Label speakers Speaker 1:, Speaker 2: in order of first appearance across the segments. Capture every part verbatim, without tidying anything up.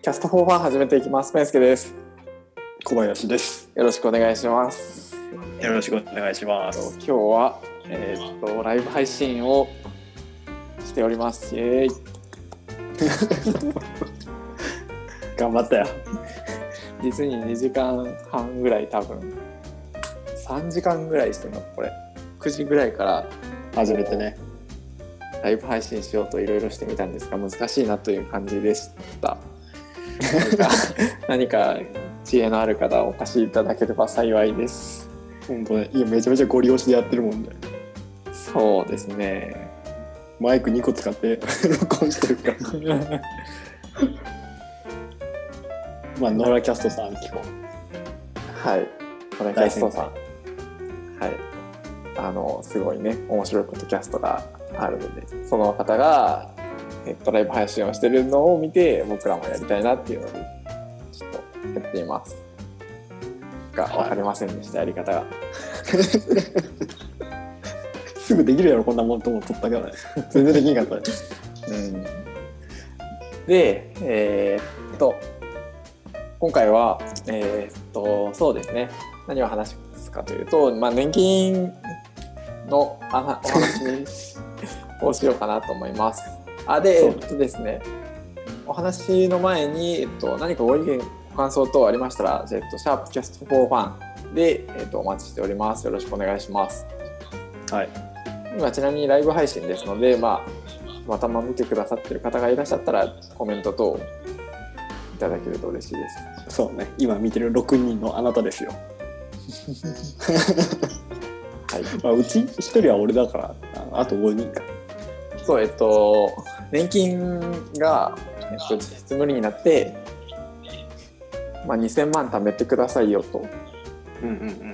Speaker 1: キャストフォーファン始めていきます。ペンスケです。
Speaker 2: 小林です。
Speaker 1: よろしくお願いします。
Speaker 2: よろしくお願いします。
Speaker 1: 今日は、えー、っとライブ配信をしております。イエーイ
Speaker 2: 頑張ったよ。
Speaker 1: 実ににじかんはんぐらい、多分さんじかんぐらいしてるの。これくじぐらいから
Speaker 2: 初めてね
Speaker 1: ライブ配信しようといろいろしてみたんですが、難しいなという感じでした。何か何か知恵のある方お貸しいただければ幸いです。
Speaker 2: 本当ね、いやめちゃめちゃゴリ押しでやってるもんね。
Speaker 1: そうですね。
Speaker 2: マイクにこ使って録音してるからまあノラキャストさん聞こ
Speaker 1: う。はい、ノラキャストさん、はい、あのすごいね面白いポッドキャストがあるので、その方が、えっと、ライブ配信をしてるのを見て僕らもやりたいなっていうのでちょっとやっていますが、分かりませんでした、やり方が
Speaker 2: すぐできるやろこんなもんと思っとったけどね全然できんかったね、
Speaker 1: うん、でえー、っと今回はえー、っとそうですね、何を話すかというと、まあ、年金のお話をしようかなと思います。あで、えっとですね、お話の前に、えっと、何かご意見ご感想等ありましたら、えっと、シャープキャストフォーファンで、えっと、お待ちしております。よろしくお願いします。
Speaker 2: はい。
Speaker 1: 今ちなみにライブ配信ですので、まあ、またま見てくださってる方がいらっしゃったらコメント等いただけると嬉しいです。
Speaker 2: そうね、今見てるろくにんのあなたですよはい、まあ、うちひとりは俺だから、あとごにんか。
Speaker 1: そう、えっと年金が、えっと、実質無理になって、まあ、にせんまん貯めてくださいよと、
Speaker 2: うんうん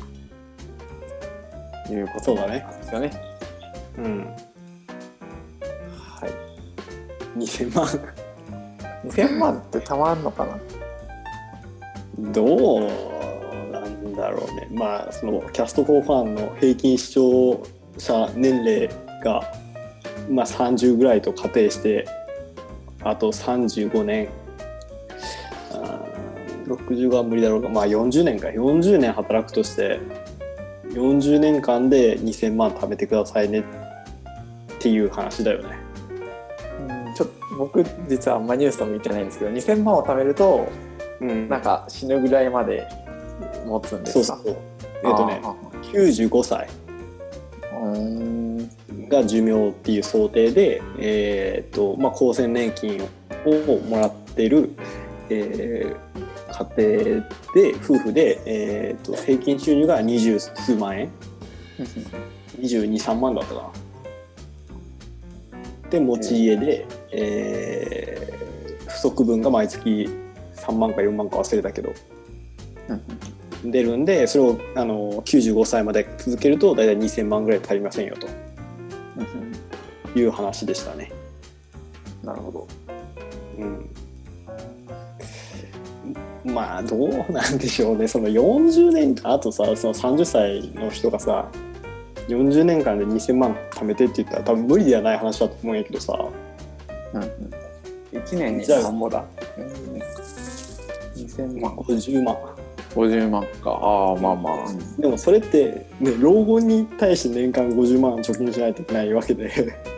Speaker 1: うん、いうことなんですよね。
Speaker 2: うん、
Speaker 1: はい。
Speaker 2: にせんまん
Speaker 1: にせんまんってたまんのかな。
Speaker 2: どうなんだろうね。まあそのキャストフォーファンの平均視聴者年齢が、まあ、さんじゅうぐらいと仮定して、あとさんじゅうごねん、あろくじゅうは無理だろうが、まあよんじゅうねんか、よんじゅうねん働くとしてよんじゅうねんかんでにせんまん貯めてくださいねっていう話だよね。
Speaker 1: うん、ちょっと僕実はあんまニュースを見てないんですけど、にせんまんを貯めると、うん、なんか死ぬぐらいまで持つんですか？
Speaker 2: そうそう、えっとねきゅうじゅうごさいが寿命っていう想定で、えーとまあ、厚生年金をもらってる、えー、家庭で夫婦で、えーと平均収入がにじゅうすうまんえんにじゅうに、さんまんだったかな。で持ち家で、えー、不足分が毎月さんまんかよんまんか忘れたけど出るんで、それをあのきゅうじゅうごさいまで続けるとだいたいにせんまんぐらい足りませんよという話でしたね。
Speaker 1: なるほど。
Speaker 2: うん、まあどうなんでしょうね。そのよんじゅうねんあとさ、そのさんじゅっさいの人がさよんじゅうねんかんでにせんまん貯めてって言ったら多分無理ではない話だと思うんやけどさ、
Speaker 1: うんうん、いちねんに何ぼだ、にせんまん、
Speaker 2: ごじゅうまん
Speaker 1: ごじゅうまんか。ああ、まあまあ、うん、
Speaker 2: でもそれって、ね、老後に対して年間ごじゅうまん貯金しないといけないわけで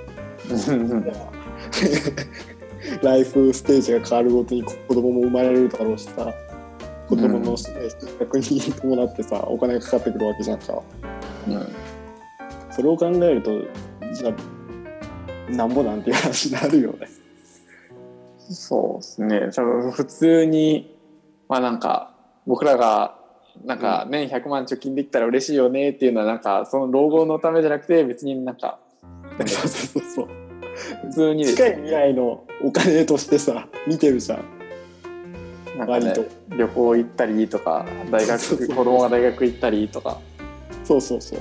Speaker 2: ライフステージが変わるごとに子供も生まれるだろうしさ、子供の性格に伴ってさお金がかかってくるわけじゃんか、うん、それを考えるとじゃあなんぼなんていう話になるよね。
Speaker 1: そうですね。多分普通にまあなんか僕らがなんか年ひゃくまん貯金できたら嬉しいよねっていうのはなんかその老後のためじゃなくて別になんか
Speaker 2: そうそうそう
Speaker 1: 普通に
Speaker 2: 近い未来のお金としてさ見てるじゃん。
Speaker 1: なんかね、旅行行ったりとか大学そうそうそう子供が大学行ったりとか、
Speaker 2: そうそうそう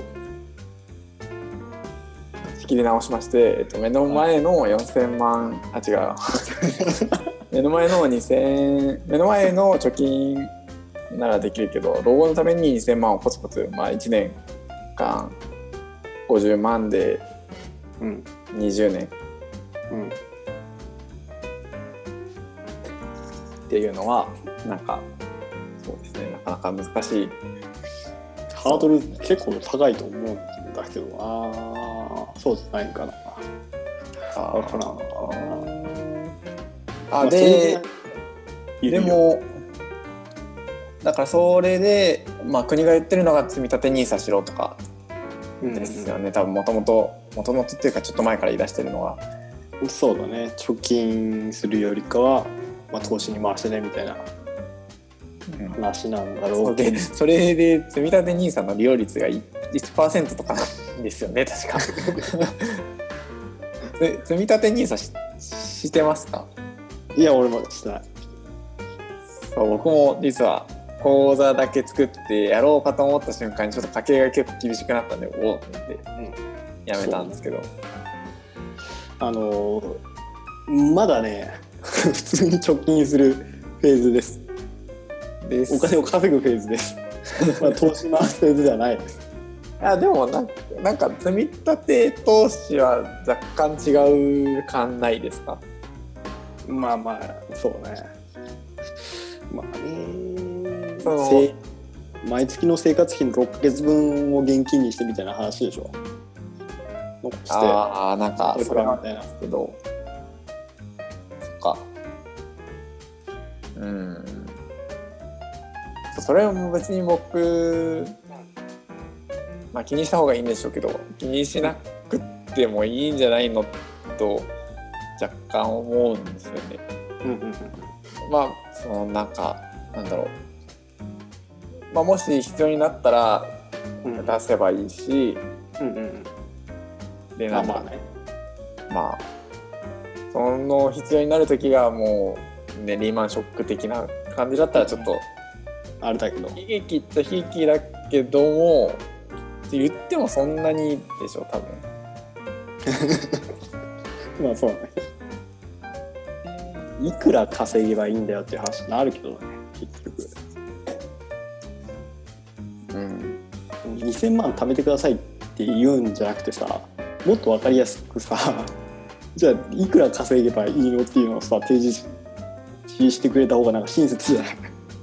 Speaker 1: 仕切り直しまして、えっと、目の前のよんせんまんあ違う目の前のにせん目の前の貯金ならできるけど老後のためににせんまんをコツコツ、まあ、いちねんかんごじゅうまんでにじゅうねん、
Speaker 2: うん、
Speaker 1: っていうのはなんかそうですね、なかなか難しい。
Speaker 2: ハードル結構高いと思うんだけどな。そうじゃないかな。
Speaker 1: あ
Speaker 2: わからん
Speaker 1: あ、
Speaker 2: まあ
Speaker 1: で
Speaker 2: それ
Speaker 1: でもだからそれで、まあ、国が言ってるのが積み立て ニーサ しろとかですよね、うんうん、多分もともともともとっていうかちょっと前から言い出してるのは。
Speaker 2: そうだね、貯金するよりかは、まあ、投資に回してねみたいな話なんだろう、
Speaker 1: うん、でそれで積み立て ニーサ の利用率が いちパーセント とかなんですよね確か積み立て ニーサ し, してますか？
Speaker 2: いや俺もしてない。
Speaker 1: そう僕も実は口座だけ作ってやろうかと思った瞬間にちょっと家計が結構厳しくなったんでおおってってやめたんですけど、
Speaker 2: あのまだね普通に貯金するフェーズですですお金を稼ぐフェーズですまあ投資回すフェーズではないです。
Speaker 1: あでもななんか積み立て投資は若干違う感ないですか？
Speaker 2: まあまあそうね、まあね、
Speaker 1: その
Speaker 2: 毎月の生活費のろっかげつぶんを現金にしてみたいな話でしょ。残して
Speaker 1: ああなんかそれは
Speaker 2: みたいな
Speaker 1: けどそっかうんそれも別に僕まあ気にした方がいいんでしょうけど気にしなくてもいいんじゃないのと若干思うんですよね。
Speaker 2: うんうんうん、
Speaker 1: まあそのなんかなんだろう、まあ、もし必要になったら出せばいいし、
Speaker 2: うんうんうん、
Speaker 1: でなんか
Speaker 2: まあまあね、
Speaker 1: まあその必要になる時がもうねリーマンショック的な感じだったらちょっと、
Speaker 2: うん、あれだけど
Speaker 1: 悲劇っちゃ悲劇だけども言ってもそんなにでしょ多分
Speaker 2: まあそうね、いくら稼げばいいんだよっていう話になるけどね結局、うん、にせんまん貯めてくださいって言うんじゃなくてさ、もっと分かりやすくさじゃあいくら稼げばいいのっていうのをさ提示してくれた方がなんか親切じゃない？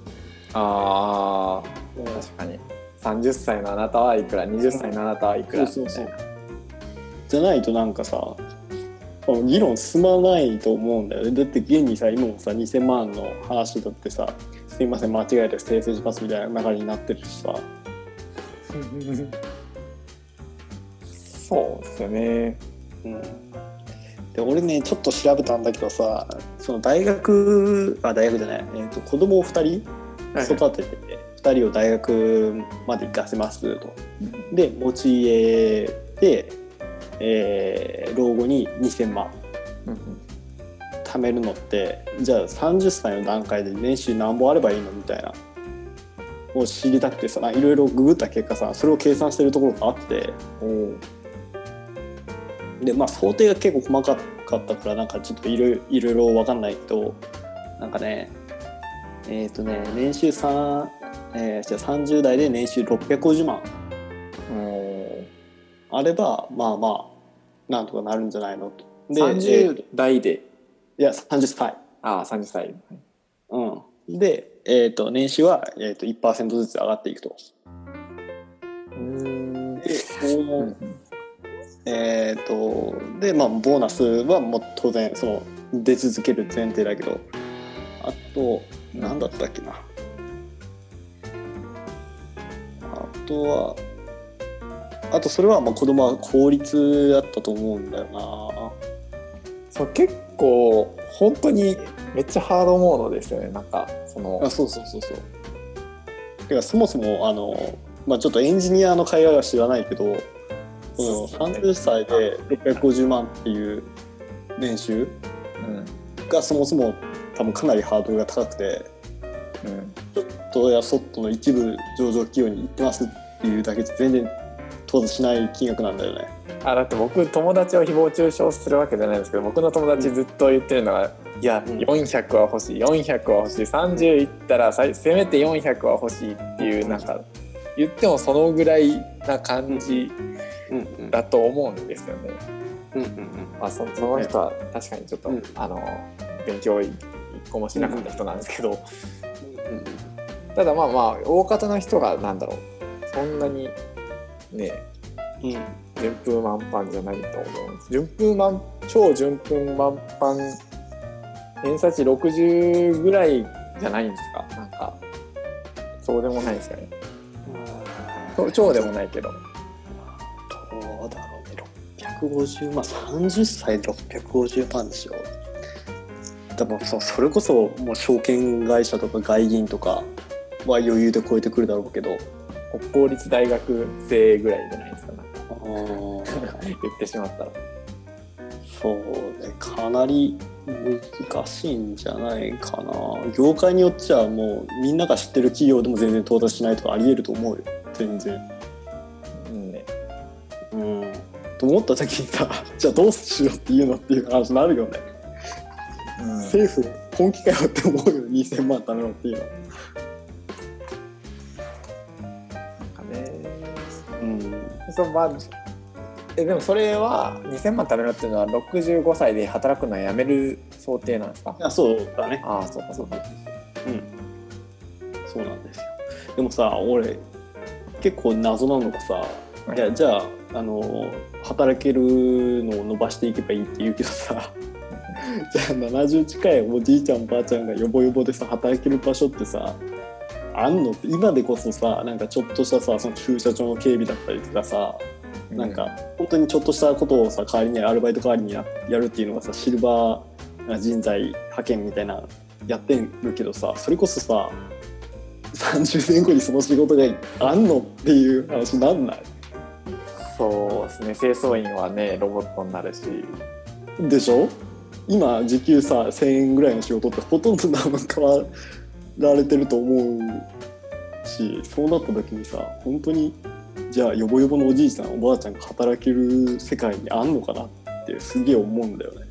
Speaker 1: あー確かにさんじゅっさいのあなたはいくら、はたちのあなたはいくら、
Speaker 2: そうそうそう、じゃないとなんかさ議論進まないと思うんだよね。だって現にさ今もさにせんまんの話だってさすいません間違えて訂正しますみたいな流れになってるしさ
Speaker 1: そうですよね、
Speaker 2: うん、で俺ねちょっと調べたんだけどさ、その大学あ大学じゃない、えーと、子供をふたり育ててて、はい、ふたりを大学まで行かせますと、で持ち家でえー、老後ににせんまん貯めるのってじゃあさんじゅっさいの段階で年収何本あればいいのみたいなを知りたくてさ、いろいろググった結果さそれを計算してるところがあって、でまあ想定が結構細かったからなんかちょっといろいろ分かんないけど、なんかねえっとね年収3、えー、じゃあさんじゅう代で年収ろっぴゃくごじゅうまんあればまあまあなんとかなるんじゃないのと。で
Speaker 1: さんじゅう代で、
Speaker 2: いやさんじゅっさい、
Speaker 1: ああさんじゅっさい、
Speaker 2: うん、で、えー、と年収は、えー、と いちパーセント ずつ上がっていくと。
Speaker 1: うーん
Speaker 2: で、えー、とでまあボーナスはもう当然その出続ける前提だけど、あと何だったっけな、あとはあとそれはまあ子供は公立だったと思うんだよな。
Speaker 1: そう結構本当にめっちゃハードモードですよね。なんかその
Speaker 2: あそうそうそうそう。てかそもそもあの、まあ、ちょっとエンジニアの会話は知らないけど、そのさんじゅっさいでろっぴゃくごじゅうまんっていう年収がそもそも多分かなりハードルが高くて、うん、ちょっとやそっとの一部上場企業に行ってますっていうだけで全然当然しない金額なんだよね。
Speaker 1: あだって僕友達を誹謗中傷するわけじゃないんですけど、僕の友達ずっと言ってるのが、うん、いや、うん、よんひゃくは欲しいよんひゃくは欲しいさんじゅういったらせめてよんひゃくは欲しいっていう、なんか言ってもそのぐらいな感じだと思うんですよね。うんうんうん、まあ、そ, その人は確かにちょっと、うん、あの勉強行っ婚もしなかった人なんですけど、うん、ただまあまあ大方の人がなんだろうそんなにね、うん、順風満帆じゃないと思うんです。順風満超順風満帆偏差値ろくじゅうぐらいじゃないんですか。なんかそうでもないですかね。超でもないけど。
Speaker 2: どうだろうね。ろっぴゃくごじゅうまん、さんじゅっさいでろっぴゃくごじゅうまんでしょ。でもそそれこそもう証券会社とか外銀とかは余裕で超えてくるだろうけど、
Speaker 1: 国公立大学生ぐらいじゃないですか。なんか言ってしまったら。
Speaker 2: そうね、かなり難しいんじゃないかな。業界によっちゃもうみんなが知ってる企業でも全然到達しないとかありえると思うよ。全然。うんね。うん。と思った時にさ、じゃあどうしようっていうのっていう話になるよね。うん、政府本気かよって思うよ。にせんまん貯めろっていうの。
Speaker 1: なんかね。うん。そうまあえでもそれはにせんまん貯めろっていうのはろくじゅうごさいで働くのはやめる想定なんですか？
Speaker 2: あ、そうだね。
Speaker 1: ああ、そうかそうか。
Speaker 2: うん。そうなんですよ。でもさ、俺結構謎なのがさ、いやじゃああの働けるのを伸ばしていけばいいって言うけどさ、じゃあななじゅう近いおじいちゃんおばあちゃんがヨボヨボでさ働ける場所ってさあんのって、今でこそさなんかちょっとしたさその駐車場の警備だったりとかさ、なんか本当にちょっとしたことをさ代わりにアルバイト代わりに や, やるっていうのがさシルバー人材派遣みたいなやってるけどさ、それこそささんじゅうねんごにその仕事があんのっていう話なんない？
Speaker 1: そうですね、清掃員はねロボットになるし
Speaker 2: でしょ。今時給させんえんぐらいの仕事ってほとんど何も変わられてると思うし、そうなった時にさ本当にじゃあヨボヨボのおじいちゃんおばあちゃんが働ける世界にあんのかなってすげえ思うんだよね。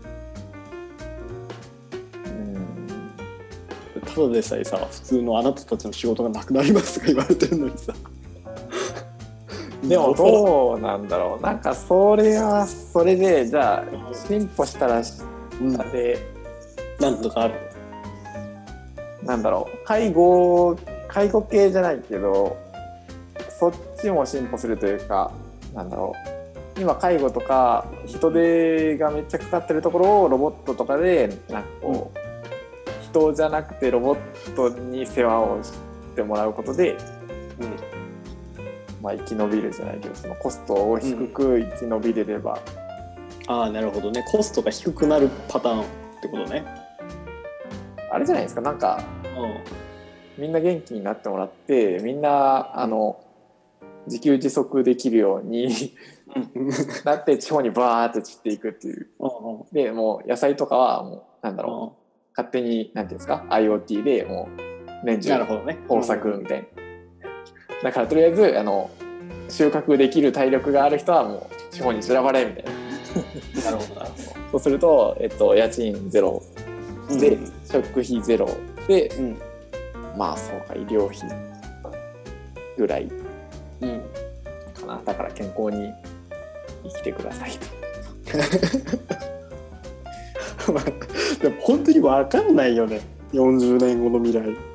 Speaker 2: うん、ただでさえさ普通のあなたたちの仕事がなくなりますとか言われてるのにさ
Speaker 1: でもどうなんだろう、なんかそれはそれでじゃあ進歩したらしたで、
Speaker 2: うん、なんとかある。
Speaker 1: なんだろう、介護介護系じゃないけどそっちも進歩するというか、なんだろう、今介護とか人手がめっちゃかかってるところをロボットとかでなんかこう、うん、人じゃなくてロボットに世話をしてもらうことで、うん、まあ生き延びるじゃないけど、そのコストを低く生き延びれれば、
Speaker 2: うん、ああなるほどね、コストが低くなるパターンってことね。
Speaker 1: あれじゃないですか、なんか、うん、みんな元気になってもらってみんなあの自給自足できるようになって地方にバーって散っていくっていう。でもう野菜とかはもうなんだろう、勝手になんていうんですか IoT でもう年中豊作みたいな。だからとりあえずあの収穫できる体力がある人はもう地方に散らばれみたいな。なるほどなるほど。そうすると、えっと、家賃ゼロで、うん、食費ゼロで、うん、まあそうか医療費ぐらい。うん、かな。だから健康に生きてくださいと
Speaker 2: でも本当に分かんないよね、よんじゅうねんごの未来、うん、だ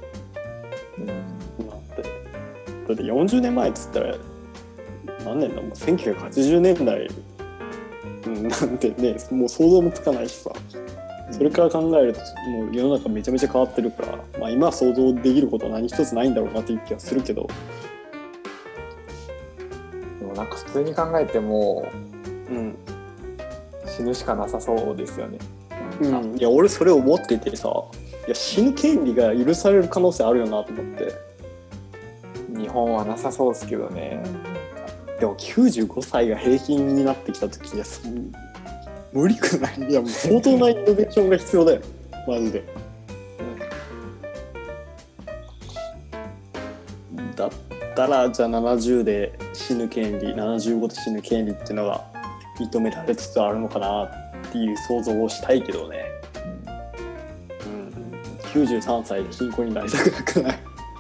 Speaker 2: ってだってよんじゅうねんまえっつったら何年だ、もうせんきゅうひゃくはちじゅうねんだい、うん、なんてねもう想像もつかないしさ、それから考えるともう世の中めちゃめちゃ変わってるから、まあ、今は想像できることは何一つないんだろうなっていう気がするけど、
Speaker 1: なんか普通に考えても、うん、死ぬしかなさそうですよね。
Speaker 2: うん、いや俺それを思っててさ、いや死ぬ権利が許される可能性あるよなと思って。
Speaker 1: 日本はなさそうですけどね。
Speaker 2: でもきゅうじゅうごさいが平均になってきた時には無理くない？いやもう相当なイノベーションが必要だよマジで、うん、だったらじゃあななじゅうで死ぬ権利、ななじゅうごで死ぬ権利っていうのが認められつつあるのかなっていう想像をしたいけどね、うんうん、きゅうじゅうさんさいで貧困になりたくなくない？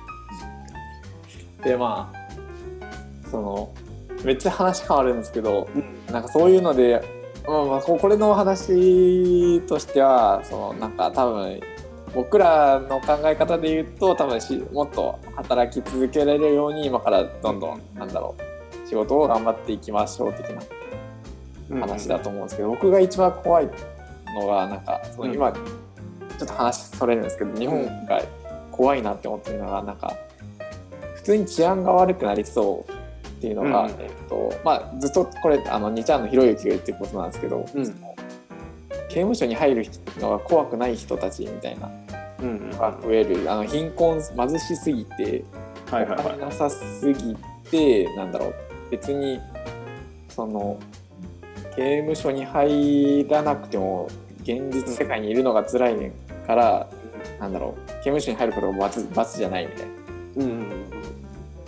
Speaker 1: でまあそのめっちゃ話変わるんですけど、うん、なんかそういうので、まあ、まあこれの話としてはそのなんか多分僕らの考え方で言うと多分しもっと働き続けられるように今からどんどんなんだろう仕事を頑張っていきましょう的な話だと思うんですけど、僕が一番怖いのがなんかその今ちょっと話それるんですけど、日本が怖いなって思ってるのがなんか普通に治安が悪くなりそうっていうのが、うんえっとまあ、ずっとこれあのにちゃんのひろゆきが言ってることなんですけど、うん、刑務所に入るのが怖くない人たちみたいなのが増える、あの貧困貧しすぎてお金なさすぎて、なんだろう別にその刑務所に入らなくても現実世界にいるのが辛いから、うん、なんだろう刑務所に入ることが罰、罰じゃないみたいな、うん、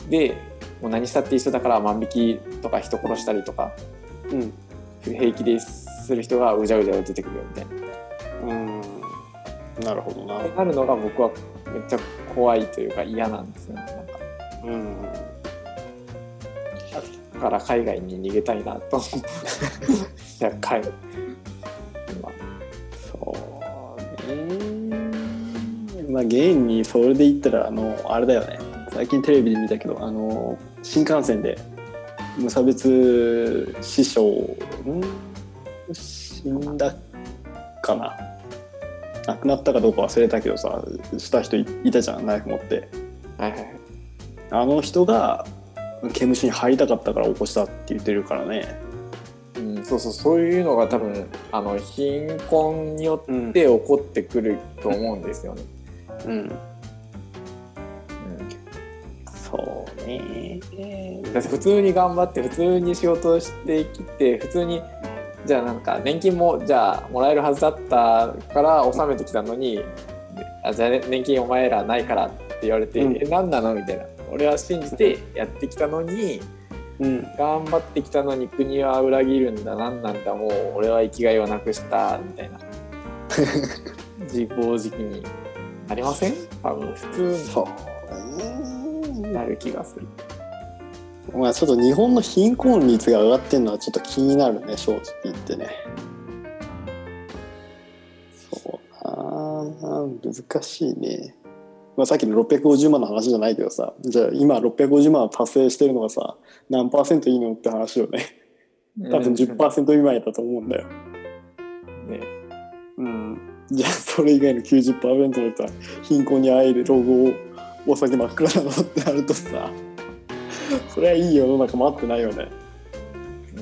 Speaker 1: でもう何したって一緒だから万引きとか人殺したりとか、うん、平気でする人がうじゃうじゃ出てくるよみたいな、うん、
Speaker 2: なるほどな。
Speaker 1: ってなるのが僕はめっちゃ怖いというか嫌なんですよね。なんか、うん、だから海外に逃げたいなとやっかい
Speaker 2: 今そうね。まあ現にそれで言ったらあのあれだよね、最近テレビで見たけどあの新幹線で無差別死傷ん死んだかな亡くなったかどうか忘れたけどさした人 い, いたじゃんナイフ持って、はいはい、あの人が刑務所に入りたかったから起こしたって言ってるからね、
Speaker 1: うん、そうそうそういうのが多分あの貧困によって起こってくると思うんですよね、うんうん
Speaker 2: そうね。
Speaker 1: だって普通に頑張って普通に仕事をしてきて普通にじゃあなんか年金もじゃあもらえるはずだったから納めてきたのにあじゃあ年金お前らないからって言われて、うん、え何なのみたいな俺は信じてやってきたのに、うん、頑張ってきたのに国は裏切るんだ何なんだもう俺は生きがいをなくしたみたいな自暴自棄になりません？多分普通になる気がする。
Speaker 2: まあちょっと日本の貧困率が上がってるのはちょっと気になるね正直言ってね。そうな難しいね。まあ、さっきのろっぴゃくごじゅうまんの話じゃないけどさじゃあ今ろっぴゃくごじゅうまんを達成してるのがさ何パーセントいいのって話よね。多分 じゅっパーセント 未満だと思うんだよ、ねうん、じゃあそれ以外の きゅうじゅっパーセント の人は貧困にあえる老後をお酒真っ暗なのってなるとさそれはいい世の中待ってないよね。うん。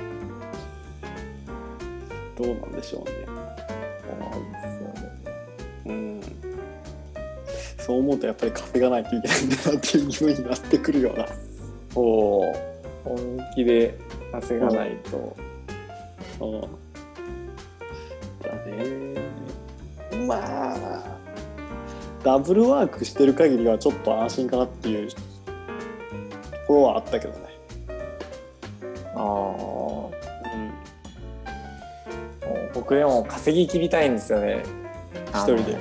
Speaker 2: どうなんでしょうね。そうですよね。うん。そう思うとやっぱり稼がないといけないんだなっていう気分になってくるような。
Speaker 1: お本気で稼がないと。
Speaker 2: そうだね。まあダブルワークしてる限りはちょっと安心かなっていうところはあったけどね。ああ、
Speaker 1: うん。僕でも稼ぎ切りたいんですよね。
Speaker 2: 一人で。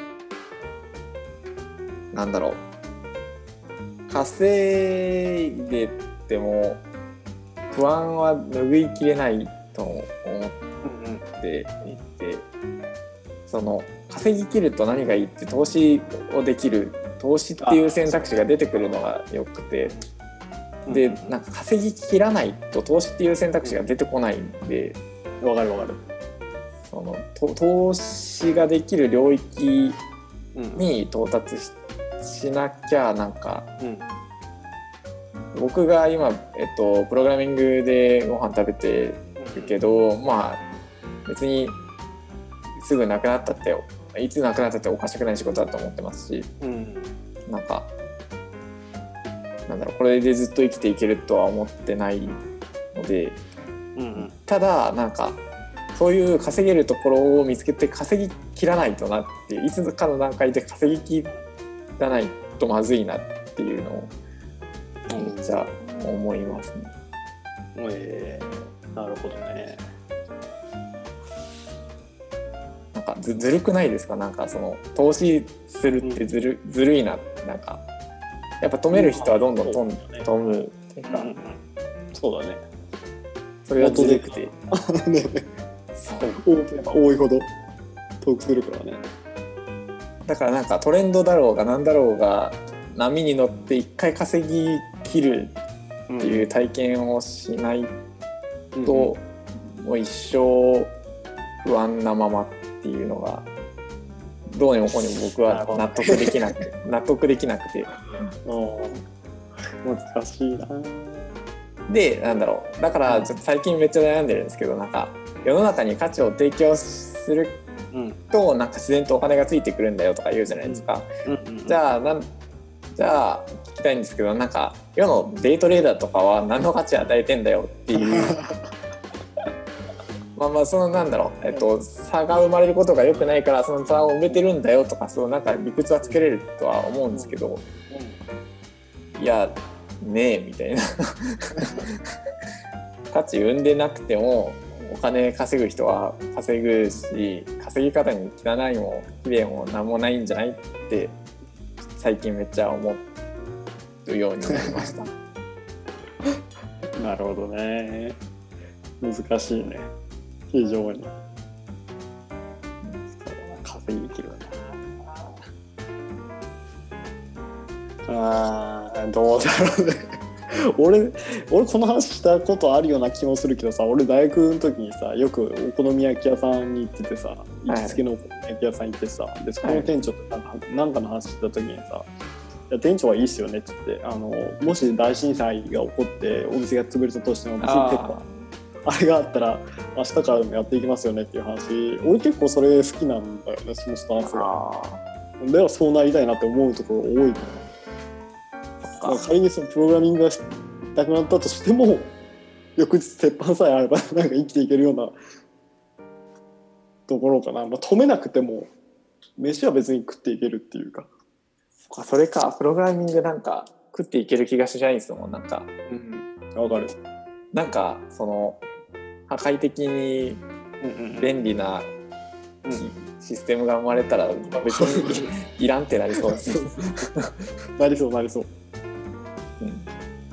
Speaker 1: なんだろう。稼いでても不安は拭いきれないと思っていて、その稼ぎ切ると何がいいって投資をできる投資っていう選択肢が出てくるのがよくて。でなんか稼ぎ切らないと投資っていう選択肢が出てこないんで、
Speaker 2: わかるわかる。
Speaker 1: その投資ができる領域に到達 し,、うん、しなきゃなんか、うん、僕が今、えっと、プログラミングでご飯食べてるけど、うん、まあ別にすぐなくなったっていつなくなったっておかしくない仕事だと思ってますし、うん、なんかなんだろうこれでずっと生きていけるとは思ってないので、うんうん、ただなんかそういう稼げるところを見つけて稼ぎ切らないとなっていつかの段階で稼ぎ切らないとまずいなっていうのをめっちゃ思いますね。
Speaker 2: うん、えー、なるほどね。
Speaker 1: なんか ず, ずるくないですか？なんかその投資するってずる、うん、ずるいなってなんかやっぱ止める人はどんどん飛むっていうか、うんうん、
Speaker 2: そうだね。
Speaker 1: それはずるくて、ね、
Speaker 2: そうやっぱ多いほど遠くするからね。
Speaker 1: だからなんかトレンドだろうがなんだろうが波に乗って一回稼ぎ切るっていう体験をしないと、うん、もう一生不安なままっていうのがどうにもこうにも僕は納得できなくて納得できなくて
Speaker 2: 難しいな。
Speaker 1: でなんだろうだからちょっと最近めっちゃ悩んでるんですけど、なんか世の中に価値を提供するとなんか自然とお金がついてくるんだよとか言うじゃないですか、うんうんうん、じゃあなんじゃあ聞きたいんですけど、なんか世のデイトレーダーとかは何の価値与えてんだよっていうまあまあそのなんだろう、えっと、差が生まれることが良くないからその差を埋めてるんだよとか、そうなんか理屈はつけれるとは思うんですけど、いやねえみたいな価値生んでなくてもお金稼ぐ人は稼ぐし、稼ぎ方に汚いも綺麗も何もないんじゃないって最近めっちゃ思うようになりました
Speaker 2: なるほどね。難しいね、非常に。稼ぎきるな。あーどうだろうね俺, 俺この話したことあるような気もするけどさ、俺大学の時にさよくお好み焼き屋さんに行っててさ、行きつけのお好み焼き屋さん行ってさ、でそこの店長となんか、はい、なんかの話した時にさ、いや店長はいいっすよねって言って、あのもし大震災が起こってお店が潰れたとしても別に結構あれがあったら明日からでもやっていきますよねっていう話、俺結構それ好きなんだよね、そのスタンスが。ではそうなりたいなって思うところ多いのよ。仮にそのプログラミングがなくなったとしても翌日鉄板さえあればなんか生きていけるようなところかな、まあ、止めなくても飯は別に食っていけるっていうか。
Speaker 1: それかプログラミングなんか食っていける気がしないんですもん。なんか
Speaker 2: わ、うん、かる。
Speaker 1: なんかその破壊的に便利な、うんうん、システムが生まれたら別にいらんってなりそうです
Speaker 2: なりそうなりそう、うんうん、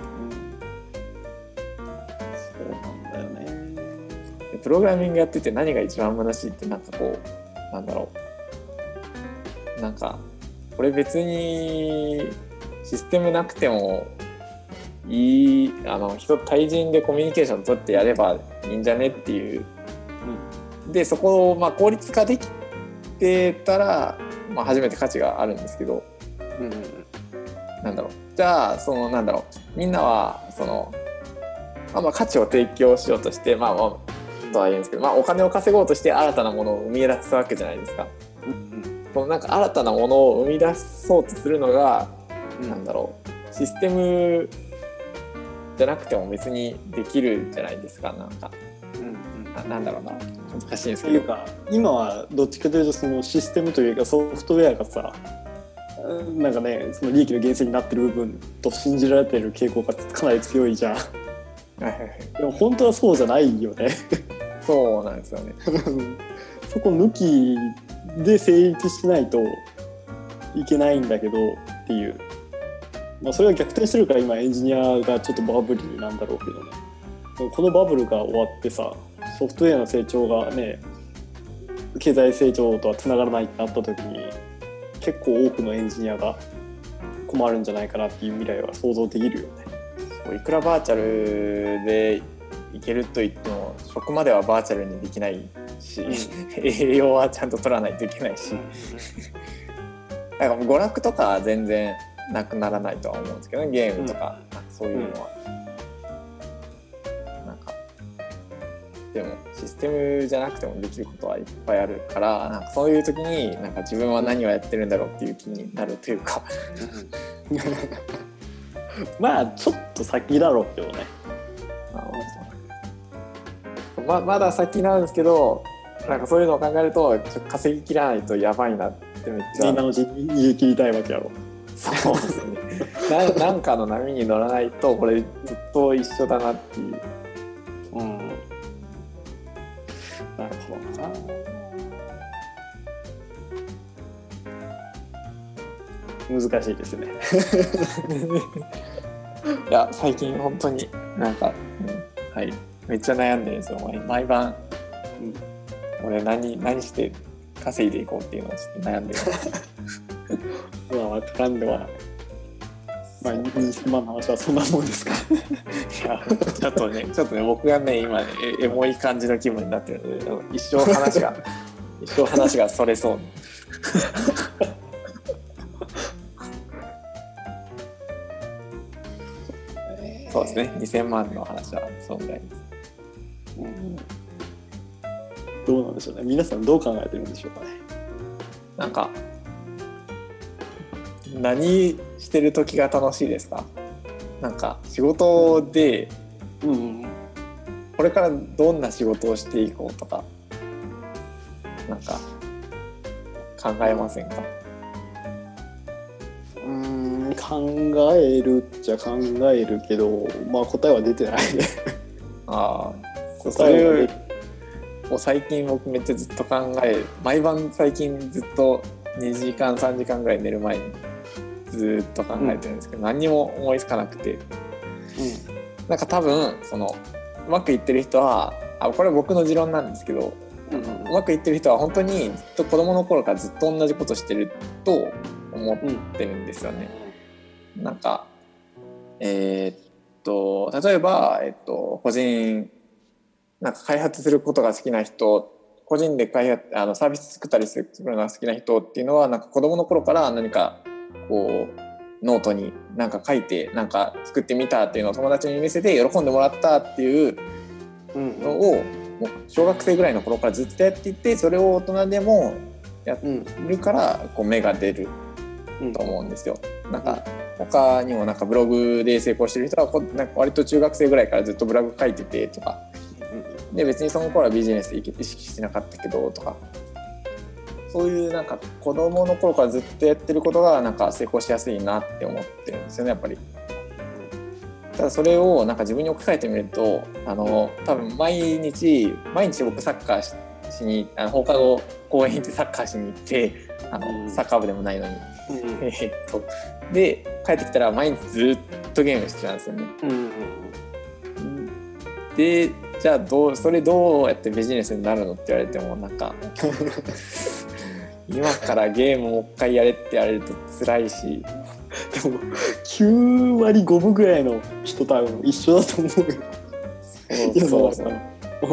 Speaker 2: そうなんだよね。
Speaker 1: プログラミングやってて何が一番虚しいって、なんかこうなんだろう、なんかこれ別にシステムなくてもいい、あの人対人でコミュニケーション取ってやればいいんじゃねっていう、うん、でそこをまあ効率化できてたら、まあ、初めて価値があるんですけど、うんうん、なんだろう、じゃあそのなんだろう、みんなはその、まあ、まあ価値を提供しようとして、まあまあとは言うんですけど、まあ、お金を稼ごうとして新たなものを生み出すわけじゃないですか、うんうん、このなんか新たなものを生み出そうとするのが、うん、なんだろう、システムじゃなくても別にできるじゃないですか。なんか、うんうん、な, なんだろうな、難しいんですけど、
Speaker 2: いうか今はどっちかというとそのシステムというかソフトウェアがさ、なんかね、その利益の源泉になってる部分と信じられている傾向がかなり強いじゃんでも本当はそうじゃないよね
Speaker 1: そうなんですよね
Speaker 2: そこ抜きで成立しないといけないんだけどっていう、まあ、それが逆転してるから今エンジニアがちょっとバブリーなんだろうけどね。でもこのバブルが終わってさ、ソフトウェアの成長がね経済成長とはつながらないってなった時に結構多くのエンジニアが困るんじゃないかなっていう未来は想像できるよね。
Speaker 1: そう、いくらバーチャルでいけると言っても食まではバーチャルにできないし、うん、栄養はちゃんと取らないといけないしなんか娯楽とかは全然なくならないとは思うんですけどね、ゲームとか、うん、なんかそういうのは、うん、なんかでもシステムじゃなくてもできることはいっぱいあるから、なんかそういう時になんか自分は何をやってるんだろうっていう気になるというか
Speaker 2: まあちょっと先だろうけどね。
Speaker 1: ま, まだ先なんですけど、なんかそういうのを考えるとちょっと稼ぎきらないとやばいなってめっちゃ
Speaker 2: 今のうちに逃げ切りたいわけやろ。
Speaker 1: そうですねな, なんかの波に乗らないとこれずっと一緒だなっていう、うん、
Speaker 2: なるほどな。難しいですね
Speaker 1: いや最近本当になんか、うん、はいめっちゃ悩んでるんですよ。毎晩、うん、俺何何して稼いでいこうっていうのをちょっと悩んでる
Speaker 2: まあ分からんではない。まあにせんまんの話はそんなもんですか。
Speaker 1: いやちょっとねちょっとね僕がね今ねエモい感じの気分になってるので一生話が一生話がそれそうそうですねにせんまんの話はそんぐらいです、
Speaker 2: うん、どうなんでしょうね。皆さんどう考えてるんでしょうかね。
Speaker 1: なんか何してる時が楽しいですか？なんか仕事で、うん、これからどんな仕事をしていこうとかなんか考えませんか？
Speaker 2: うーん考えるっちゃ考えるけど、まあ答えは出てないね。
Speaker 1: ああ、それを最近僕めっちゃずっと考え毎晩最近ずっとにじかんさんじかんぐらい寝る前にずっと考えてるんですけど、うん、何にも思いつかなくて、うん、なんか多分そのうまくいってる人はあこれ僕の持論なんですけど、うん、うまくいってる人は本当にずっと子供の頃からずっと同じことしてると思ってるんですよね、うん、なんかえー、っと例えば、えっと、個人なんか開発することが好きな人個人で開発あのサービス作ったりするのが好きな人っていうのはなんか子供の頃から何かこうノートに何か書いてなんか作ってみたっていうのを友達に見せて喜んでもらったっていうのを、もう小学生ぐらいの頃からずっとやっていてそれを大人でもやるからこう芽が出ると思うんですよ。なんか他にもなんかブログで成功してる人はこなんか割と中学生ぐらいからずっとブログ書いててとかで別にその頃はビジネス意識してなかったけどとかそういうなんか子供の頃からずっとやってることがなんか成功しやすいなって思ってるんですよねやっぱり。ただそれをなんか自分に置き換えてみるとあの多分毎日毎日僕サッカー し, しにあの放課後公園行ってサッカーしに行ってあのサッカー部でもないのに、うん、えー、っとで帰ってきたら毎日ずっとゲームしてたんですよね、うん、でじゃあどうそれどうやってビジネスになるのって言われてもなんか今からゲームをもう一回やれって言われると辛いし
Speaker 2: でもきゅうわりごぶぐらいの人多分一緒だと思うよ。
Speaker 1: そうそうそう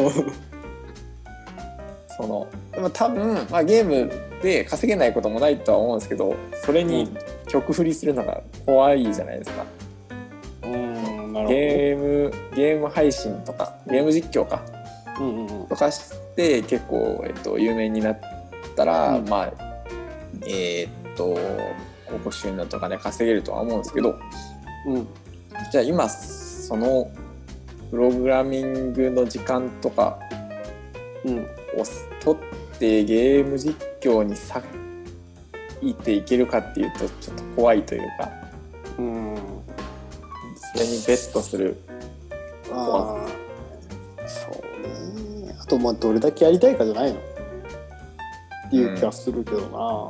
Speaker 1: そのでも多分、まあ、ゲームで稼げないこともないとは思うんですけどそれに曲振りするのが怖いじゃないですか、うん、なるほど。ゲームゲーム配信とかゲーム実況か、うんうんうん、とかして結構、えっと、有名になったら、うん、まあえー、っと広告収入とかね稼げるとは思うんですけど、うん、じゃあ今そのプログラミングの時間とかを取ってゲーム実況に割いていけるかっていうとちょっと怖いというか、うん、それにベットする怖さ。
Speaker 2: あそうね。あとまあどれだけやりたいかじゃないのっていう気がするけどな、うん、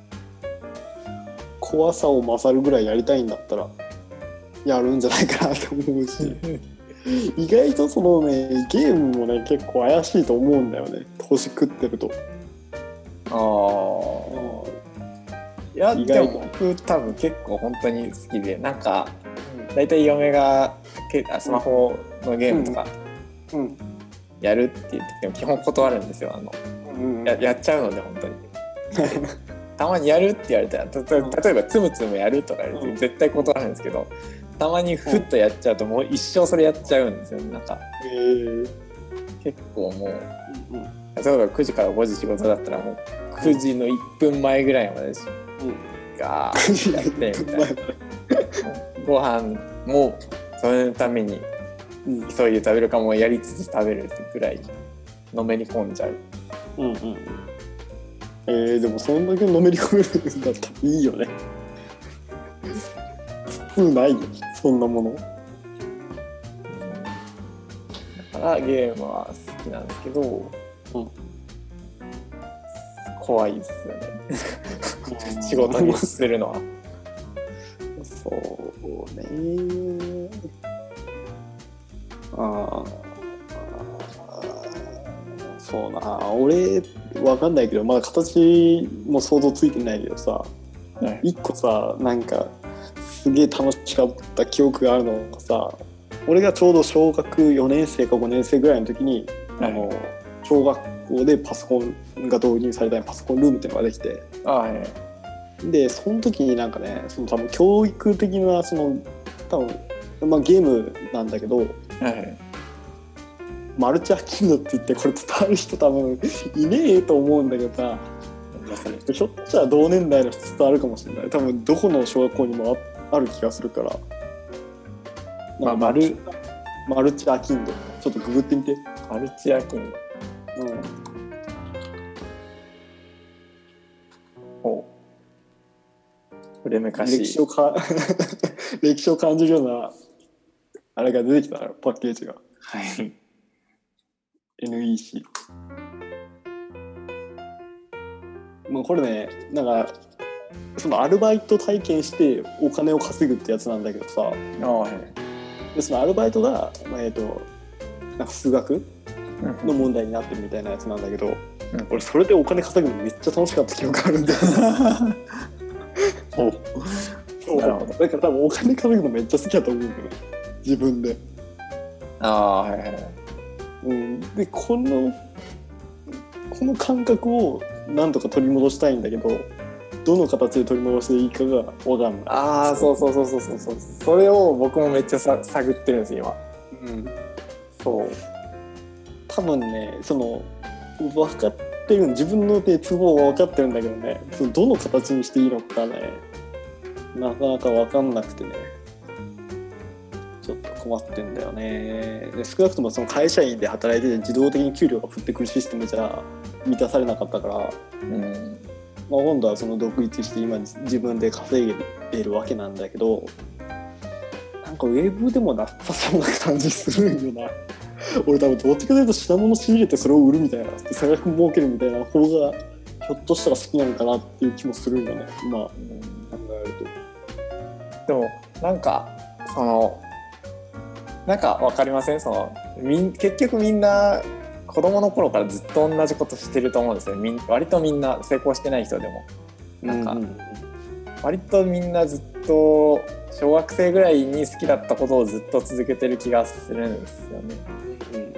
Speaker 2: 怖さを勝るぐらいやりたいんだったらやるんじゃないかなと思うし意外とそのねゲームもね結構怪しいと思うんだよね年食ってると。
Speaker 1: ああ、いやでも僕多分結構本当に好きでなんかだいたい嫁がスマホのゲームとかやるって言ってきても基本断るんですよ。あの、うん、や, やっちゃうので本当にたまにやるって言われたら例えばつむつむやるとか言われて絶対断るんですけどたまにふっとやっちゃうともう一生それやっちゃうんですよね。なんか、えー、結構もう、うん、例えばくじからごじ仕事だったらもうくじのいっぷんまえぐらいまで、うん、ガーッてやってみたいなご飯もそれのために急いで食べるかもやりつつ食べるってぐらいのめり込んじゃう、うんうん、
Speaker 2: えー、でもそんだけのめり込めるんだったらいいよね普通ないよそんなもの。
Speaker 1: だからゲームは好きなんですけど、うん、怖いですよね仕事にするのは。
Speaker 2: そうね。ああ、そうな。俺わかんないけどまだ形も想像ついてないけどさ、
Speaker 1: はい、
Speaker 2: 一個さなんかすげえ楽しかった記憶があるのがさ、俺がちょうど小学よねん生かごねん生ぐらいの時に、はい、あの小学校でパソコンが導入されたパソコンルームっていうのができて、
Speaker 1: あ、はい、
Speaker 2: でその時になんかねその多分教育的なその多分、まあ、ゲームなんだけど、はい、マルチアキンドって言ってこれ伝わる人多分いねえと思うんだけどさ、ひょっとしたら同年代の人伝わるかもしれない。多分どこの小学校にも あ, ある気がするから、まあ、マルマルチアキンドちょっとググってみて。
Speaker 1: マルチアキンド、うん、お古めかしい
Speaker 2: 歴史をか歴史を感じるようなあれが出てきたパッケージが、
Speaker 1: はい、
Speaker 2: エヌイーシー。もうこれねなんかそのアルバイト体験してお金を稼ぐってやつなんだけどさ、
Speaker 1: あ、はい、
Speaker 2: でそのアルバイトが、まあ、えーとなんか数学の問題になってるみたいなやつなんだけど、うん、俺それでお金稼ぐのめっちゃ楽しかった記憶があるんだよそうなるほど。だから多分お金稼ぐのめっちゃ好きだと思うんだよね自分で。
Speaker 1: ああ、はいはい、
Speaker 2: うん、でこのこの感覚をなんとか取り戻したいんだけどどの形で取り戻していいかが分かんない。
Speaker 1: ああ、そうそうそうそうそうそう、それを僕もめっちゃさ探ってるんです今。
Speaker 2: うん、
Speaker 1: そう
Speaker 2: 多分ねその分かってる自分の、ね、都合は分かってるんだけどね、そのどの形にしていいのかねなかなか分かんなくてねちょっと困ってんだよね。で少なくともその会社員で働いてて自動的に給料が降ってくるシステムじゃ満たされなかったから、うんまあ、今度はその独立して今自分で稼いでるわけなんだけど、なんかウェブでもなさそうな感じするんよな俺多分どっちかというと品物仕入れてそれを売るみたいな差額儲けるみたいな方がひょっとしたら好きなのかなっていう気もするんよね今考える
Speaker 1: と。でもなんかそのなんか分かりません、そのみん結局みんな子供の頃からずっと同じことしてると思うんですよ。みん割とみんな成功してない人でもなんか、うんうん、割とみんなずっと小学生ぐらいに好きだったことをずっと続けてる気がするんですよね。うんうんうん、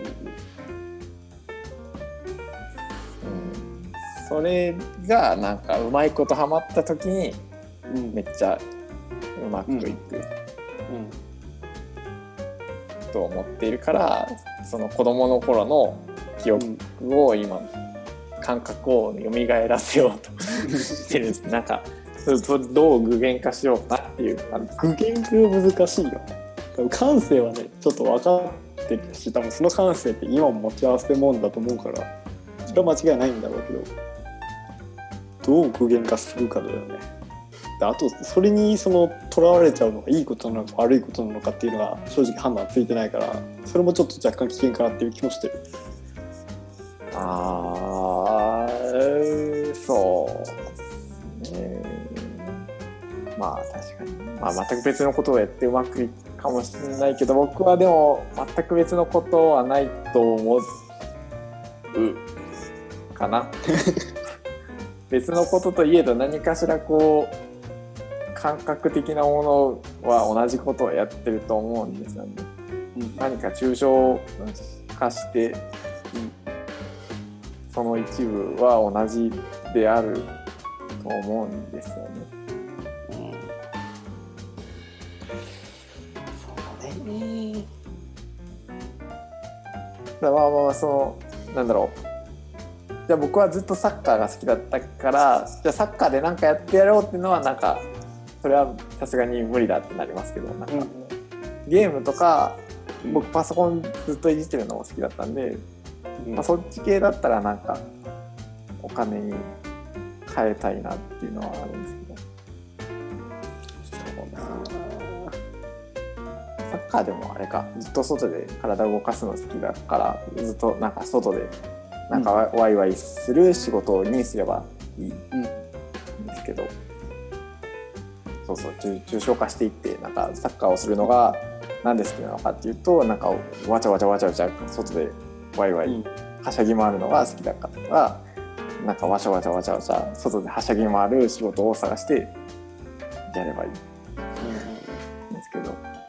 Speaker 1: それがなんかうまいことハマった時にめっちゃうまくいく、うんうんと思っているから、その子供の頃の記憶を今、うん、感覚を蘇らせようとしてるんです。なんかそれどう具現化しようかなっていう感じ。
Speaker 2: 具現化が難しいよね。多分感性はねちょっと分かってるし、多分その感性って今も持ち合わせるもんだと思うからそれは間違いないんだろうけど、どう具現化するかだよね。あとそれにそのとらわれちゃうのがいいことなのか悪いことなのかっていうのが正直判断ついてないから、それもちょっと若干危険かなっていう気もしてる。
Speaker 1: あーそうね。まあ確かに、まあ、全く別のことをやってうまくいくかもしれないけど、僕はでも全く別のことはないと思うかな別のことといえど何かしらこう感覚的なものは同じことをやってると思うんですよね。うん、何か抽象化して、うん、その一部は同じであると思うんですよね。うん、そうね。だまあまあそのなんだろう。じゃあ僕はずっとサッカーが好きだったから、じゃあサッカーで何かやってやろうっていうのはなんかそれはさすがに無理だってなりますけど、なんか、うん、ゲームとか僕パソコンずっといじってるのも好きだったんで、うんまあ、そっち系だったらなんかお金に変えたいなっていうのはあるんですけど、そうなサッカーでもあれか、ずっと外で体を動かすの好きだからずっとなんか外でなんかワイワイする仕事にすればいいんですけど、そうそう抽象化していってなんかサッカーをするのが何で好きなのかっていうと、なんかわちゃわちゃわちゃわちゃ外でワイワイはしゃぎ回るのが好きだから、 なんかわちゃわちゃわちゃわちゃ外ではしゃぎ回る仕事を探してやればいいんですけど、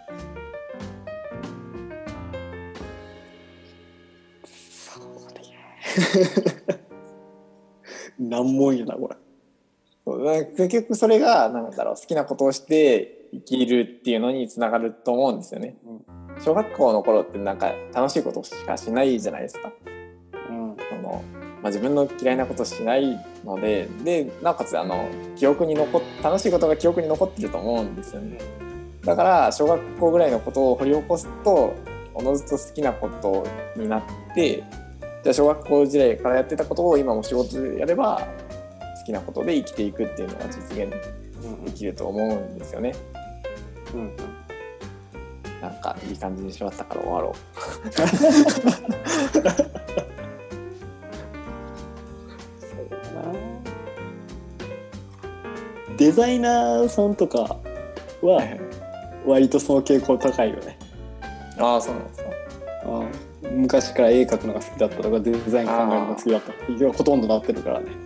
Speaker 2: 難問やなこれ。
Speaker 1: そうだ結局それがなんだろう、好きなことをして生きるっていうのにつながると思うんですよね、うん、小学校の頃ってなんか楽しいことしかしないじゃないですか、うん、そのまあ、自分の嫌いなことしないので、でなおかつあの記憶に残っ楽しいことが記憶に残ってると思うんですよね。だから小学校ぐらいのことを掘り起こすとおのずと好きなことになって、じゃあ小学校時代からやってたことを今も仕事でやれば好きなことで生きていくっていうのが実現できると思うんですよね。うんうん、なんかいい感じにしまったから終わろう。
Speaker 2: デザイナーさんとかは割とその傾向高いよね。
Speaker 1: ああ、そうなんですか。
Speaker 2: あ昔から絵描くのが好きだったとかデザイン考えるのが好きだったってほとんどなってるからね。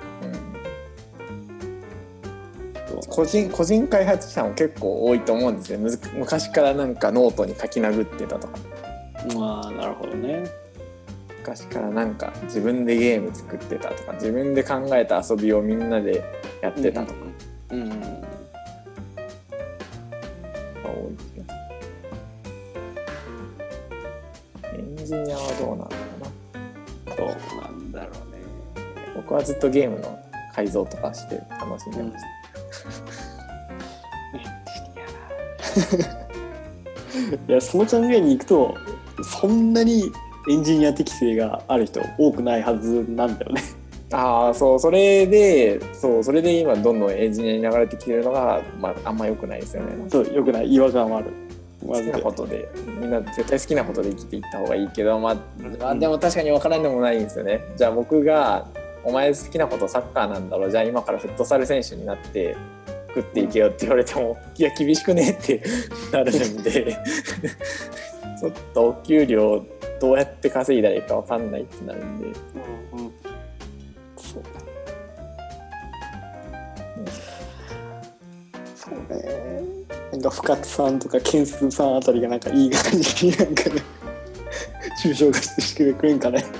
Speaker 1: うん、個人個人開発者も結構多いと思うんですよ。昔からなんかノートに書き殴ってたとか。
Speaker 2: まあなるほどね。
Speaker 1: 昔からなんか自分でゲーム作ってたとか、自分で考えた遊びをみんなでやってたとか、うんうんうん、多いですよ。エンジニアはどうなんだろうな。
Speaker 2: どうなんだろうね。
Speaker 1: 僕はずっとゲームの改造とかして楽しんでました。
Speaker 2: うん、いやその考えに行くとそんなにエンジニア適性がある人多くないはずなんだよね。
Speaker 1: ああ、そうそれでそうそれで今どんどんエンジニアに流れてきてるのが、まあ、あんま良くないですよね。
Speaker 2: そう良くない、違和感はある。
Speaker 1: 好きなことでみんな絶対好きなことで生きていった方がいいけど、まあ、まあ、でも確かに分からんでもないんですよね。じゃあ僕がお前好きなことサッカーなんだろう、じゃあ今からフットサル選手になって食っていけよって言われても、いや厳しくねってなるんでちょっとお給料どうやって稼いだらいいか分かんないってなるんで、うんうん、そう
Speaker 2: そうね。なんか深津さんとかケンスさんあたりがなんかいい感じになんかね抽象化してくれんかね。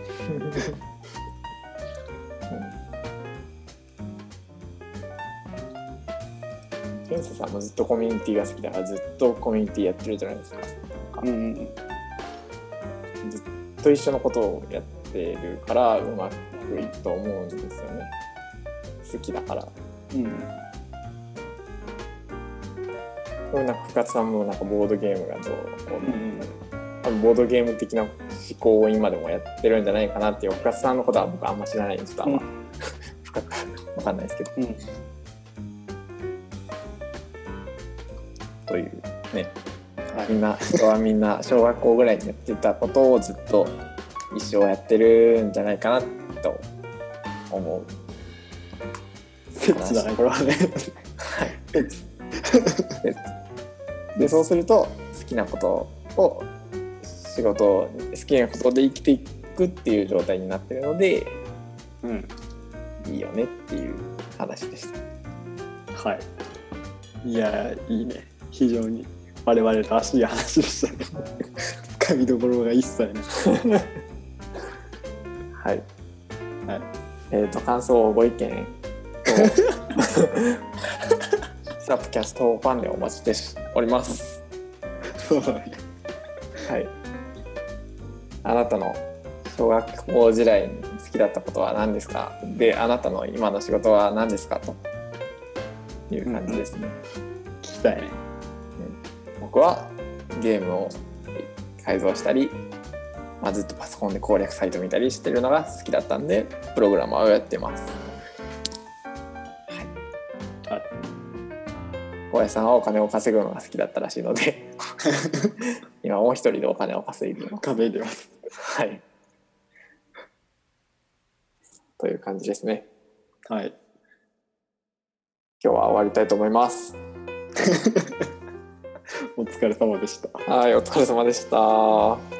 Speaker 1: ケンスさんもずっとコミュニティが好きだからずっとコミュニティやってるじゃないですか。うんうん、ずっと一緒のことをやってるからうまくいくと思うんですよね。好きだから。うん。なんか深津さんもなんかボードゲームがどうこう、うん、多分ボードゲーム的な思考を今でもやってるんじゃないかなっていう。深津さんのことは僕あんま知らないんでちょっとあんま、うん、深く分かんないですけど、うん、というね、はい、みんな人はみんな小学校ぐらいにやってたことをずっと一生やってるんじゃないかなと思う。
Speaker 2: 説だねこれはね。
Speaker 1: はい。でそうすると好きなことを仕事を好きなことで生きていくっていう状態になってるので、うん、いいよねっていう話でした。
Speaker 2: はい。いやいいね。非常に我々らしい話でしたね。掴みどころが一切ね。
Speaker 1: はい。はい。えっと感想ご意見とスラップキャストファンでお待ちしております。
Speaker 2: そうだね。
Speaker 1: はい。あなたの小学校時代に好きだったことは何ですか？で、あなたの今の仕事は何ですかという感じですね。
Speaker 2: うん、聞きたいね。
Speaker 1: うん、僕はゲームを改造したり、まあ、ずっとパソコンで攻略サイト見たりしてるのが好きだったんで、プログラマーをやってます。はい。はい。小林さんはお金を稼ぐのが好きだったらしいので今もう一人でお金を稼いでいます。
Speaker 2: 稼いでます。
Speaker 1: はい。という感じですね。
Speaker 2: はい。
Speaker 1: 今日は終わりたいと思います。
Speaker 2: お疲れ様でした。
Speaker 1: はい、お疲れ様でした。